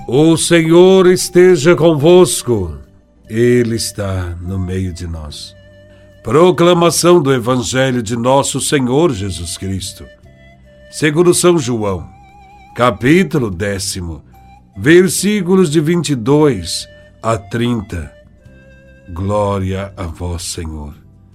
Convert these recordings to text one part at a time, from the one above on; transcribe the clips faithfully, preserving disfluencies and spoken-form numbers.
O Senhor esteja convosco. Ele está no meio de nós. Proclamação do Evangelho de Nosso Senhor Jesus Cristo, segundo São João, capítulo décimo, versículos de vinte e dois a trinta. Glória a vós, Senhor.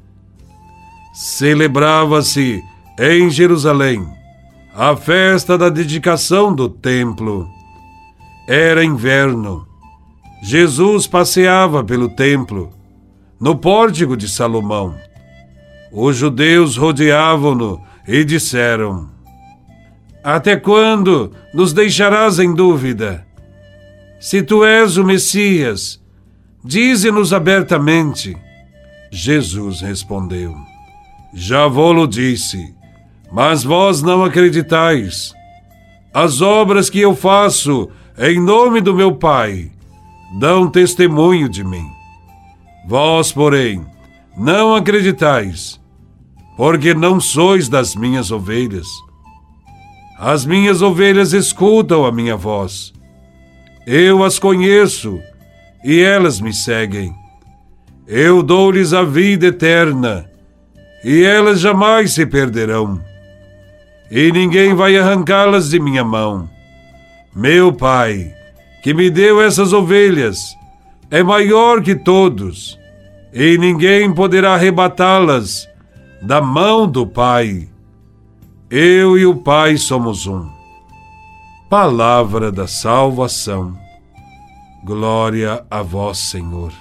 Celebrava-se em Jerusalém a festa da dedicação do templo. Era inverno. Jesus passeava pelo templo, no pórtico de Salomão. Os judeus rodeavam-no e disseram: Até quando nos deixarás em dúvida? Se tu és o Messias, dize-nos abertamente. Jesus respondeu: Já vô-lo disse, mas vós não acreditais. As obras que eu faço em nome do meu Pai dão testemunho de mim. Vós, porém, não acreditais, porque não sois das minhas ovelhas. As minhas ovelhas escutam a minha voz. Eu as conheço, e elas me seguem. Eu dou-lhes a vida eterna, e elas jamais se perderão. E ninguém vai arrancá-las de minha mão. Meu Pai, que me deu essas ovelhas, é maior que todos, e ninguém poderá arrebatá-las da mão do Pai. Eu e o Pai somos um. Palavra da salvação. Glória a vós, Senhor.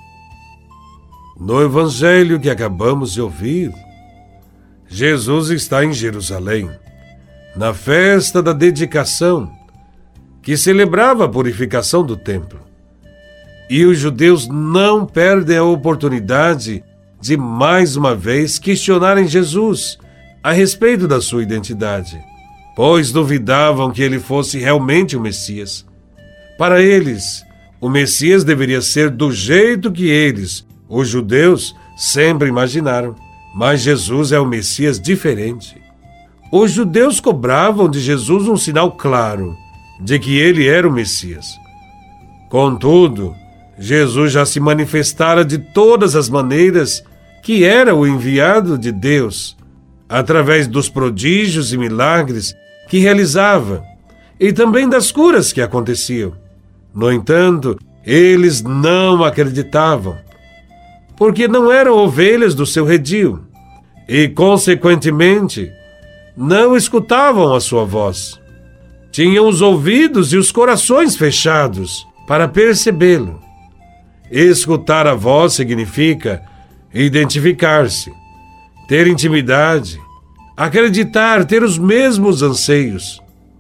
No Evangelho que acabamos de ouvir, Jesus está em Jerusalém, na festa da dedicação, que celebrava a purificação do templo. E os judeus não perdem a oportunidade de, mais uma vez, questionarem Jesus a respeito da sua identidade, pois duvidavam que ele fosse realmente o Messias. Para eles, o Messias deveria ser do jeito que eles, os judeus, sempre imaginaram. Mas Jesus é o Messias diferente. Os judeus cobravam de Jesus um sinal claro de que ele era o Messias. Contudo, Jesus já se manifestara de todas as maneiras que era o enviado de Deus, através dos prodígios e milagres que realizava e também das curas que aconteciam. No entanto, eles não acreditavam, porque não eram ovelhas do seu redil e, consequentemente, não escutavam a sua voz. Tinham os ouvidos e os corações fechados para percebê-lo. Escutar a voz significa identificar-se, ter intimidade, acreditar, ter os mesmos anseios.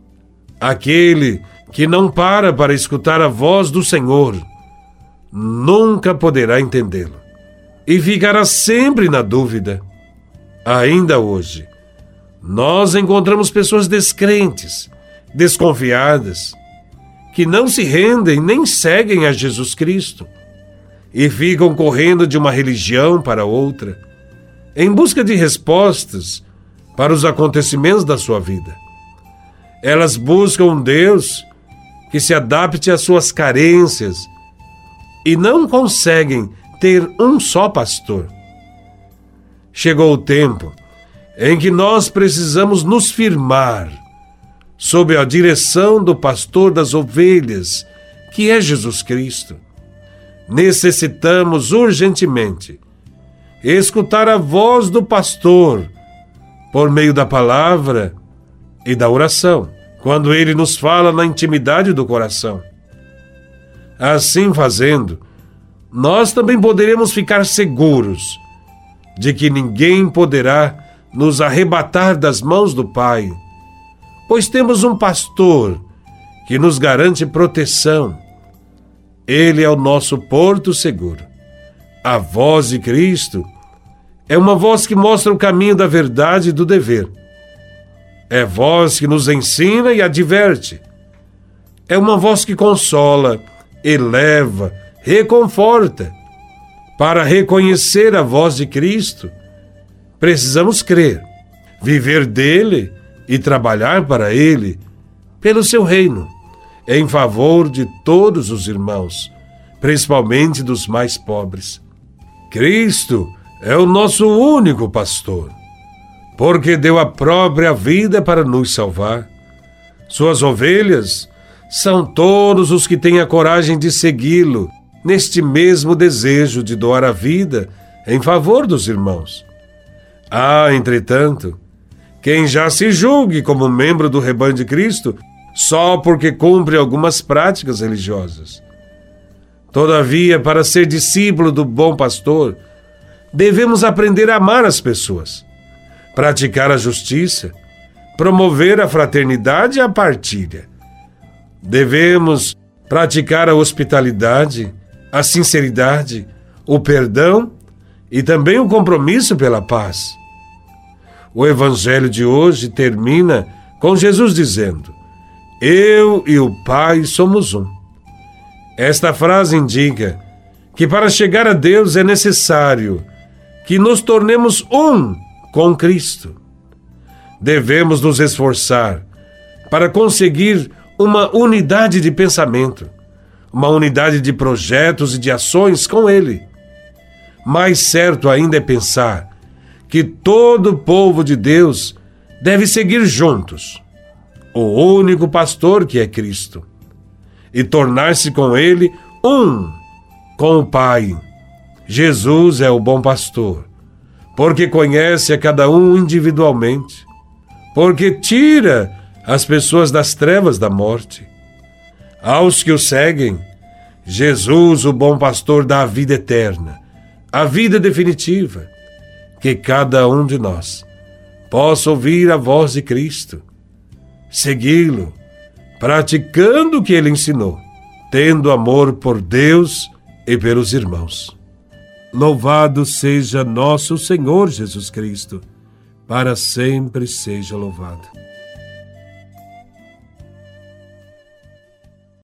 Aquele que não para para escutar a voz do Senhor nunca poderá entendê-lo e ficará sempre na dúvida. Ainda hoje, nós encontramos pessoas descrentes, desconfiadas, que não se rendem nem seguem a Jesus Cristo e ficam correndo de uma religião para outra, em busca de respostas para os acontecimentos da sua vida. Elas buscam um Deus que se adapte às suas carências e não conseguem ter um só pastor. Chegou o tempo em que nós precisamos nos firmar sob a direção do pastor das ovelhas, que é Jesus Cristo. Necessitamos urgentemente escutar a voz do pastor por meio da palavra e da oração, quando ele nos fala na intimidade do coração. Assim fazendo, nós também poderemos ficar seguros de que ninguém poderá nos arrebatar das mãos do Pai, pois temos um pastor que nos garante proteção. Ele é o nosso porto seguro. A voz de Cristo é uma voz que mostra o caminho da verdade e do dever. É voz que nos ensina e adverte. É uma voz que consola, eleva, reconforta. Para reconhecer a voz de Cristo, precisamos crer, viver dele e trabalhar para ele, pelo seu reino, em favor de todos os irmãos, principalmente dos mais pobres. Cristo é o nosso único pastor, porque deu a própria vida para nos salvar. Suas ovelhas são todos os que têm a coragem de segui-lo, neste mesmo desejo de doar a vida em favor dos irmãos. Há, entretanto, quem já se julgue como membro do rebanho de Cristo só porque cumpre algumas práticas religiosas. Todavia, para ser discípulo do bom pastor, devemos aprender a amar as pessoas, praticar a justiça, promover a fraternidade e a partilha. Devemos praticar a hospitalidade, a sinceridade, o perdão e também o compromisso pela paz. O Evangelho de hoje termina com Jesus dizendo: Eu e o Pai somos um. Esta frase indica que para chegar a Deus é necessário que nos tornemos um com Cristo. Devemos nos esforçar para conseguir uma unidade de pensamento, uma unidade de projetos e de ações com Ele. Mais certo ainda é pensar que todo o povo de Deus deve seguir juntos o único pastor que é Cristo e tornar-se com Ele um com o Pai. Jesus é o bom pastor, porque conhece a cada um individualmente, porque tira as pessoas das trevas da morte. Aos que o seguem, Jesus, o bom pastor, dá a vida eterna, a vida definitiva, que cada um de nós possa ouvir a voz de Cristo, segui-lo, praticando o que ele ensinou, tendo amor por Deus e pelos irmãos. Louvado seja nosso Senhor Jesus Cristo, para sempre seja louvado.